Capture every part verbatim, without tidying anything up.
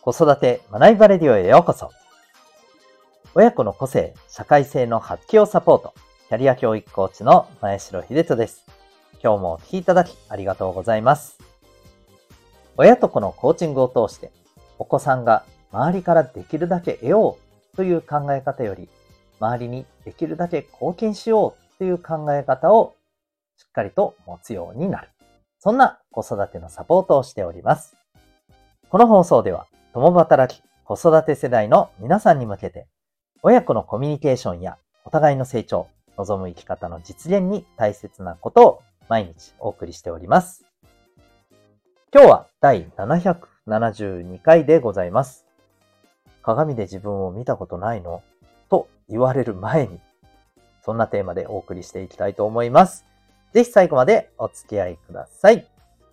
子育て学びバレディオへようこそ。親子の個性、社会性の発揮をサポート、キャリア教育コーチの前城秀人です。今日もお聞きいただきありがとうございます。親と子のコーチングを通して、お子さんが周りからできるだけ得ようという考え方より、周りにできるだけ貢献しようという考え方をしっかりと持つようになる。そんな子育てのサポートをしております。この放送では、共働き子育て世代の皆さんに向けて、親子のコミュニケーションやお互いの成長、望む生き方の実現に大切なことを毎日お送りしております。今日はだいななひゃくななじゅうにかいでございます。鏡で自分を見たことないの？と言われる前に、そんなテーマでお送りしていきたいと思います。ぜひ最後までお付き合いください。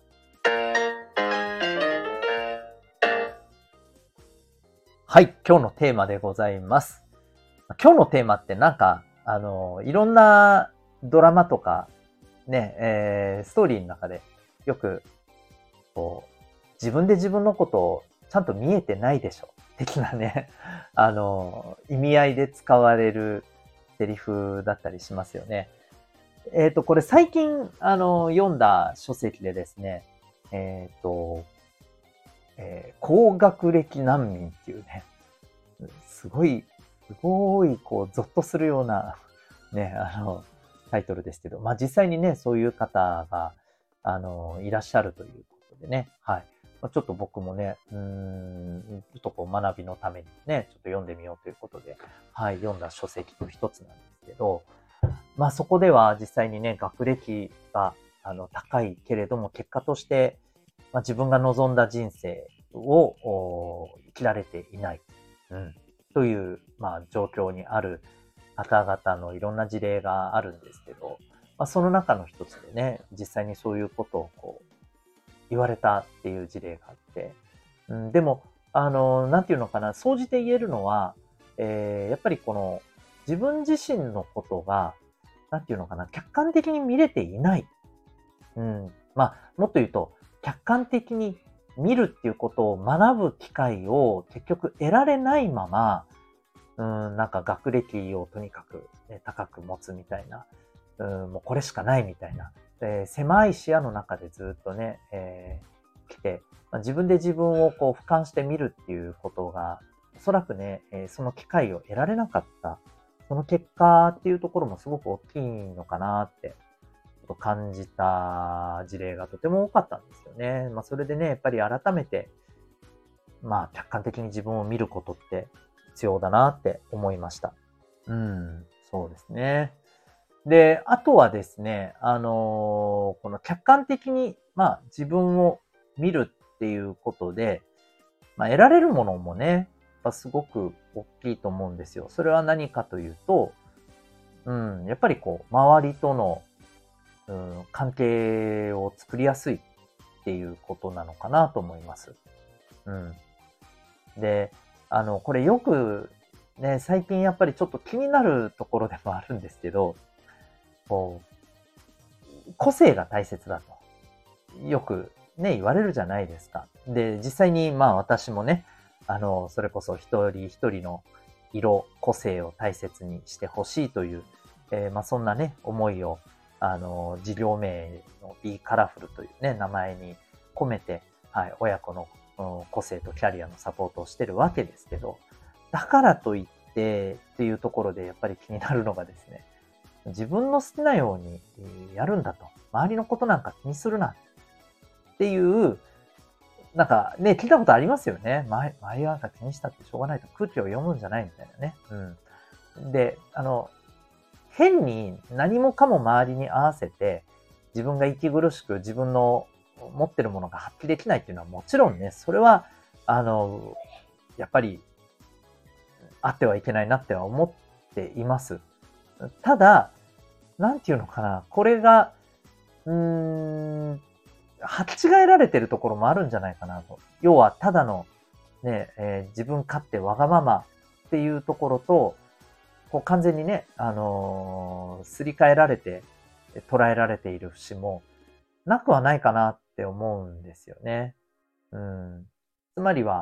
はい、今日のテーマでございます。今日のテーマってなんか、あの、いろんなドラマとか、ね、えー、ストーリーの中でよく、こう、自分で自分のことをちゃんと見えてないでしょ、的なね、あの、意味合いで使われるセリフだったりしますよね。えっと、これ最近、あの、読んだ書籍でですね、えっと、えー高学歴難民っていうね、すごい、すごい、こう、ゾッとするような、ね、あの、タイトルですけど、まあ実際にね、そういう方が、あの、いらっしゃるということでね、はい。まあちょっと僕もね、うーん、ちょっとこう学びのためにね、ちょっと読んでみようということで、はい、読んだ書籍の一つなんですけど、まあそこでは実際にね、学歴が、あの、高いけれども、結果として、まあ、自分が望んだ人生をお生きられていない。うん。という、まあ、状況にある方々のいろんな事例があるんですけど、まあ、その中の一つでね、実際にそういうことをこう言われたっていう事例があって、うん、でも、あの、なんていうのかな、総じて言えるのは、えーやっぱりこの自分自身のことが、なんていうのかな、客観的に見れていない。うん。まあ、もっと言うと、客観的に見るっていうことを学ぶ機会を結局得られないまま、うん、なんか学歴をとにかく、ね、高く持つみたいな、うん、もうこれしかないみたいな、えー狭い視野の中でずっとね、えー来て、まあ、自分で自分をこう俯瞰して見るっていうことが、おそらくね、えーその機会を得られなかった、その結果っていうところもすごく大きいのかなってと感じた事例がとても多かったんですよね。まあ、それでね、やっぱり改めて、まあ、客観的に自分を見ることって必要だなって思いました。うん、そうですね。で、あとはですね、あのーこの客観的に、まあ、自分を見るっていうことで、まあ、得られるものもね、やっぱすごく大きいと思うんですよ。それは何かというと、うん、やっぱりこう、周りとのうん、関係を作りやすいっていうことなのかなと思います。うん。で、あの、これよくね、最近やっぱりちょっと気になるところでもあるんですけど、こう、個性が大切だと。よくね、言われるじゃないですか。で、実際にまあ私もね、あの、それこそ一人一人の色、個性を大切にしてほしいという、えーまあそんなね、思いを、あの、事業名の Be Colorful というね、名前に込めて、はい、親子の、うん、個性とキャリアのサポートをしてるわけですけど、だからといってっていうところでやっぱり気になるのがですね、自分の好きなようにえーやるんだと。周りのことなんか気にするなっていう、なんかね、聞いたことありますよね。周周りなんか気にしたってしょうがないと。空気を読むんじゃないみたいなね。うん。で、あの、変に何もかも周りに合わせて、自分が息苦しく自分の持ってるものが発揮できないっていうのはもちろんね、それは、あの、やっぱりあってはいけないなっては思っています。ただ、なんていうのかな、これが、うーん、履き違えられてるところもあるんじゃないかなと。要は、ただの、ね、えー自分勝手わがままっていうところと、こう完全にね、あのーすり替えられて、捉えられている節もなくはないかなって思うんですよね。うん。つまりは、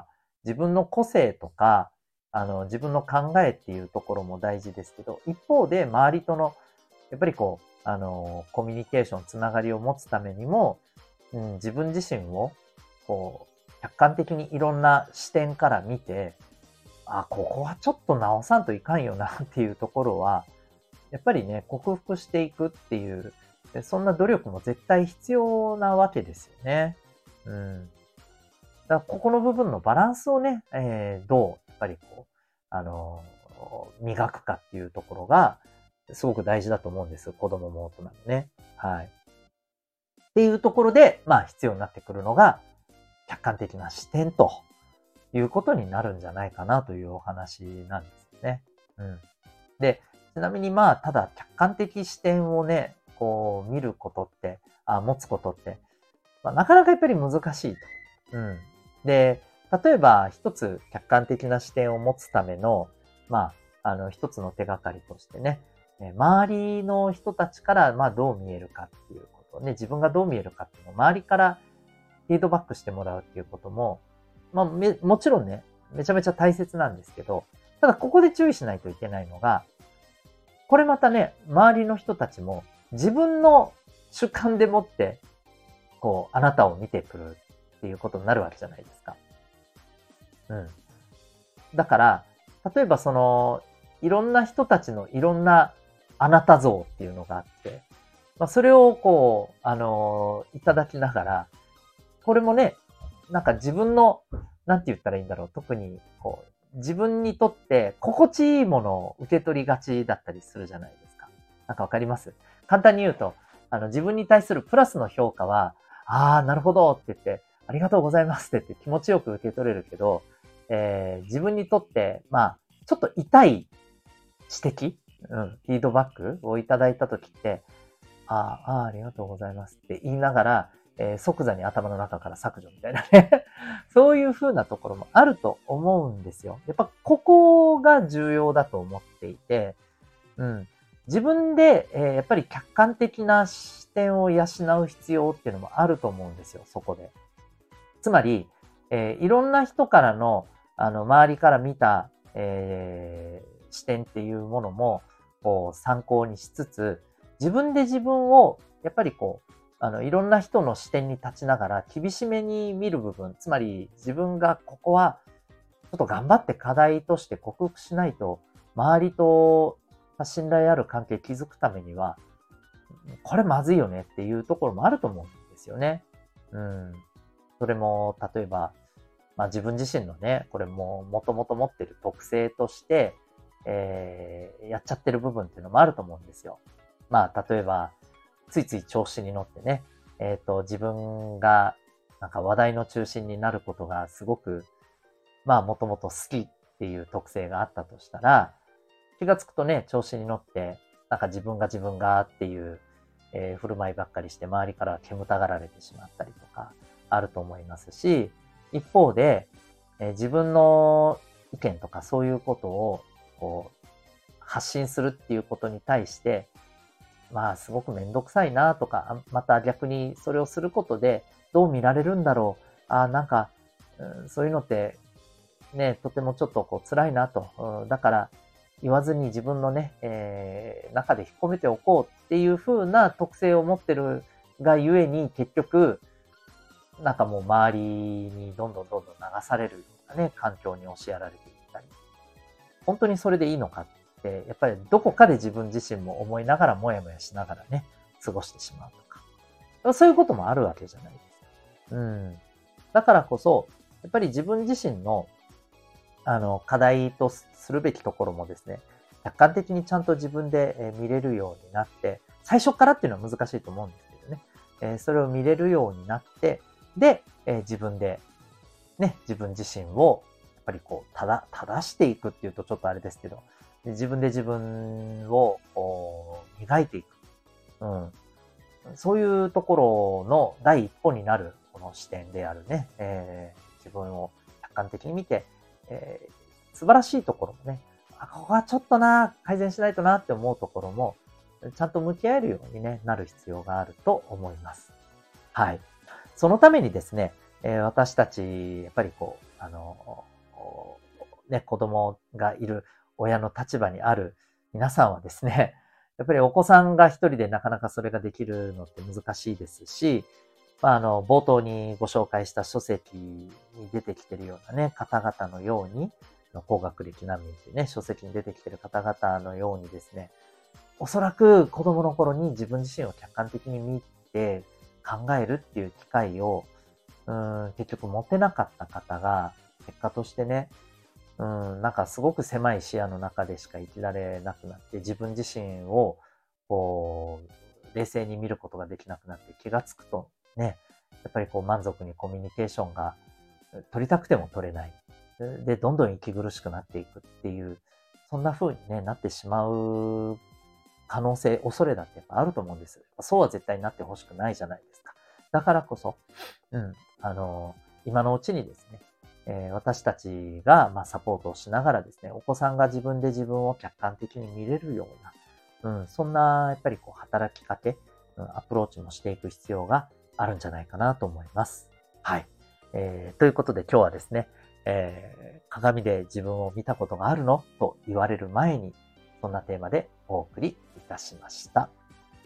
自分の個性とか、あの、自分の考えっていうところも大事ですけど、一方で周りとの、やっぱりこう、あの、コミュニケーション、つながりを持つためにも、うん、自分自身を、こう、客観的にいろんな視点から見て、あ、ここはちょっと直さんといかんよなっていうところは、やっぱりね、克服していくっていう、そんな努力も絶対必要なわけですよね。うん。だからここの部分のバランスをね、えー、どう、やっぱりこう、あのー磨くかっていうところが、すごく大事だと思うんです。子供も大人もね。はい。っていうところで、まあ必要になってくるのが、客観的な視点ということになるんじゃないかなというお話なんですよね。うん。で、ちなみにまあ、ただ客観的視点をね、こう見ることって、あ、持つことって、まあ、なかなかやっぱり難しいと。うん。で、例えば一つ客観的な視点を持つための、まあ、あの一つの手がかりとしてね、え周りの人たちからまあどう見えるかっていうことね、自分がどう見えるかっていうのを周りからフィードバックしてもらうっていうことも、まあ、め、もちろんね、めちゃめちゃ大切なんですけど、ただここで注意しないといけないのが、これまたね、周りの人たちも自分の主観でもって、こう、あなたを見てくるっていうことになるわけじゃないですか。うん。だから、例えばその、いろんな人たちのいろんなあなた像っていうのがあって、まあ、それをこう、あのいただきながら、これもね、なんか自分の、なんて言ったらいいんだろう。特に、こう、自分にとって心地いいものを受け取りがちだったりするじゃないですか。なんかわかります？簡単に言うと、あの、自分に対するプラスの評価は、ああ、なるほどって言って、ありがとうございますって言って気持ちよく受け取れるけど、えー、自分にとって、まあ、ちょっと痛い指摘、うん、フィードバックをいただいたときって、ああ、ああ、ありがとうございますって言いながら、えー即座に頭の中から削除みたいなね。そういう風なところもあると思うんですよ。やっぱここが重要だと思っていて、うん。自分で、えーやっぱり客観的な視点を養う必要っていうのもあると思うんですよ、そこで。つまり、えーいろんな人からの、あの、周りから見た、えー視点っていうものも、こう、参考にしつつ、自分で自分を、やっぱりこう、あの、いろんな人の視点に立ちながら、厳しめに見る部分、つまり自分がここは、ちょっと頑張って課題として克服しないと、周りと信頼ある関係築くためには、これまずいよねっていうところもあると思うんですよね。うん。それも、例えば、まあ自分自身のね、これももともと持ってる特性として、えー、やっちゃってる部分っていうのもあると思うんですよ。まあ例えば、ついつい調子に乗ってね、えっと、自分がなんか話題の中心になることがすごく、まあもともと好きっていう特性があったとしたら、気がつくとね、調子に乗って、なんか自分が自分がっていう、えー振る舞いばっかりして周りからは煙たがられてしまったりとかあると思いますし、一方で、えー自分の意見とかそういうことをこう発信するっていうことに対して、まあすごくめんどくさいなとか、あまた逆にそれをすることでどう見られるんだろう。あなんか、うん、そういうのってね、とてもちょっとこう辛いなと。うん、だから言わずに自分のね、えー、中で引っ込めておこうっていう風な特性を持ってるがゆえに結局、なんかもう周りにどんどんどんどん流されるようなね、環境に押しやられていったり。本当にそれでいいのかって、やっぱりどこかで自分自身も思いながらもやもやしながらね、過ごしてしまうとか。そういうこともあるわけじゃないですか。うん。だからこそ、やっぱり自分自身のあの、課題とするべきところもですね、客観的にちゃんと自分でえー見れるようになって、最初からっていうのは難しいと思うんですけどね、えーそれを見れるようになって、で、えー自分で、ね、自分自身を、やっぱりこう、ただ、正していくっていうとちょっとあれですけど、で自分で自分を、こう磨いていく。うん。そういうところの第一歩になる、この視点であるね、えー自分を客観的に見て、えー素晴らしいところもね、あ、ここはちょっとな、改善しないとなって思うところも、ちゃんと向き合えるように、ね、なる必要があると思います。はい。そのためにですね、えー私たち、やっぱりこう、あの、 ね、子供がいる親の立場にある皆さんはですね、やっぱりお子さんが一人でなかなかそれができるのって難しいですし、まあ、あの、冒頭にご紹介した書籍に出てきているようなね、方々のように、高学歴難民というね、書籍に出てきている方々のようにですね、おそらく子供の頃に自分自身を客観的に見て考えるっていう機会を、うーん、結局持てなかった方が、結果としてね、うん、なんかすごく狭い視野の中でしか生きられなくなって、自分自身を、こう、冷静に見ることができなくなって気がつくとね、やっぱりこう満足にコミュニケーションが取りたくても取れない。で、どんどん息苦しくなっていくっていう、そんな風にね、なってしまう可能性、恐れだってやっぱあると思うんです。そうは絶対になってほしくないじゃないですか。だからこそ、うん、あの、今のうちにですね、えー私たちが、まあ、サポートをしながらですね、お子さんが自分で自分を客観的に見れるような、うん、そんな、やっぱりこう、働きかけ、うん、アプローチもしていく必要があるんじゃないかなと思います。はい。えーということで今日はですね、えー鏡で自分を見たことがあるのと言われる前に、そんなテーマでお送りいたしました。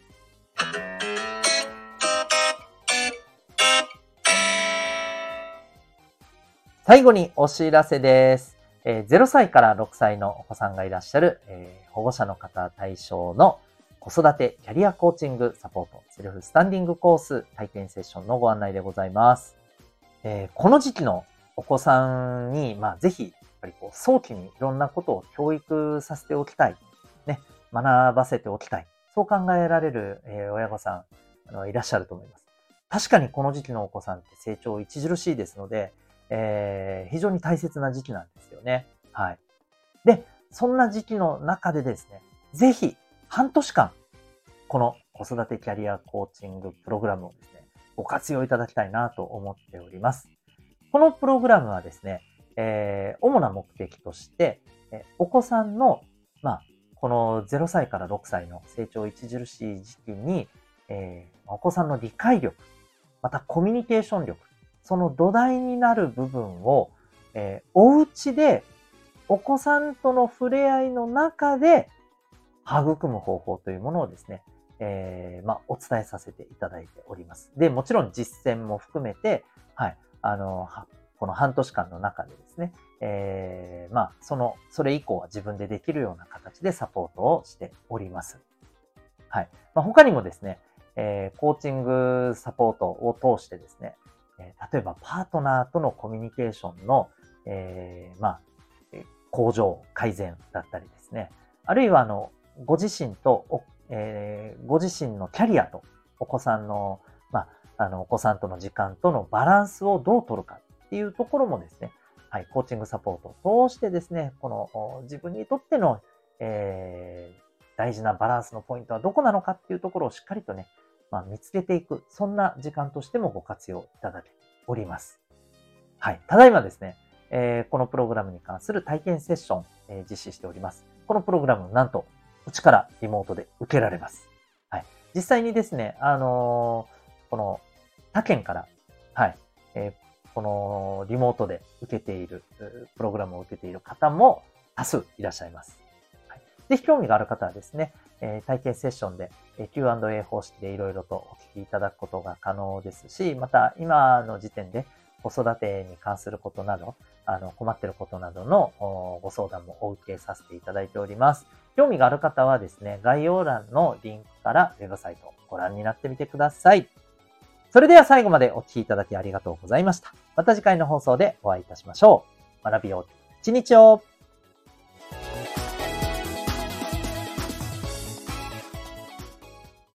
最後にお知らせです。えーゼロさいからろくさいのお子さんがいらっしゃる、えー保護者の方対象の子育てキャリアコーチングサポートセルフスタンディングコース体験セッションのご案内でございます。えーこの時期のお子さんに、まあ、ぜひ、やっぱりこう早期にいろんなことを教育させておきたい。ね、学ばせておきたい。そう考えられる、えー親御さんあのいらっしゃると思います。確かにこの時期のお子さんって成長著しいですので、えー非常に大切な時期なんですよね。はい。で、そんな時期の中でですね、ぜひ半年間、この子育てキャリアコーチングプログラムをですね、ご活用いただきたいなと思っております。このプログラムはですね、えー主な目的として、えお子さんの、まあ、このゼロさいからろくさいの成長著しい時期に、えーお子さんの理解力、またコミュニケーション力、その土台になる部分を、えーお家でお子さんとの触れ合いの中で育む方法というものをですね、えーまあ、お伝えさせていただいております。で、もちろん実践も含めて、はい、あの、はこの半年間の中でですね、えーまあ、その、それ以降は自分でできるような形でサポートをしております。はい。まあ、他にもですね、えーコーチングサポートを通してですね、えー例えばパートナーとのコミュニケーションの、えーまあ、えー向上、改善だったりですね、あるいはあの、ご自身とお、えーご自身のキャリアとお子さんの、まあ、あの、お子さんとの時間とのバランスをどう取るかっていうところもですね、はい、コーチングサポートを通してですね、このお自分にとっての、えー大事なバランスのポイントはどこなのかっていうところをしっかりとね、まあ、見つけていく、そんな時間としてもご活用いただけております。はい。ただいまですね、えーこのプログラムに関する体験セッション、えー実施しております。このプログラム、なんと、うちからリモートで受けられます。はい。実際にですね、あのーこの他県から、はい、えーこのリモートで受けている、うプログラムを受けている方も多数いらっしゃいます。はい、ぜひ興味がある方はですね、えー体験セッションでえー キューアンドエー 方式でいろいろとお聞きいただくことが可能ですし、また今の時点で子育てに関することなど、あの困っていることなどのおご相談もお受けさせていただいております。興味がある方はですね、概要欄のリンクからウェブサイトをご覧になってみてください。それでは最後までお聞きいただきありがとうございました。また次回の放送でお会いいたしましょう。学びよう一日を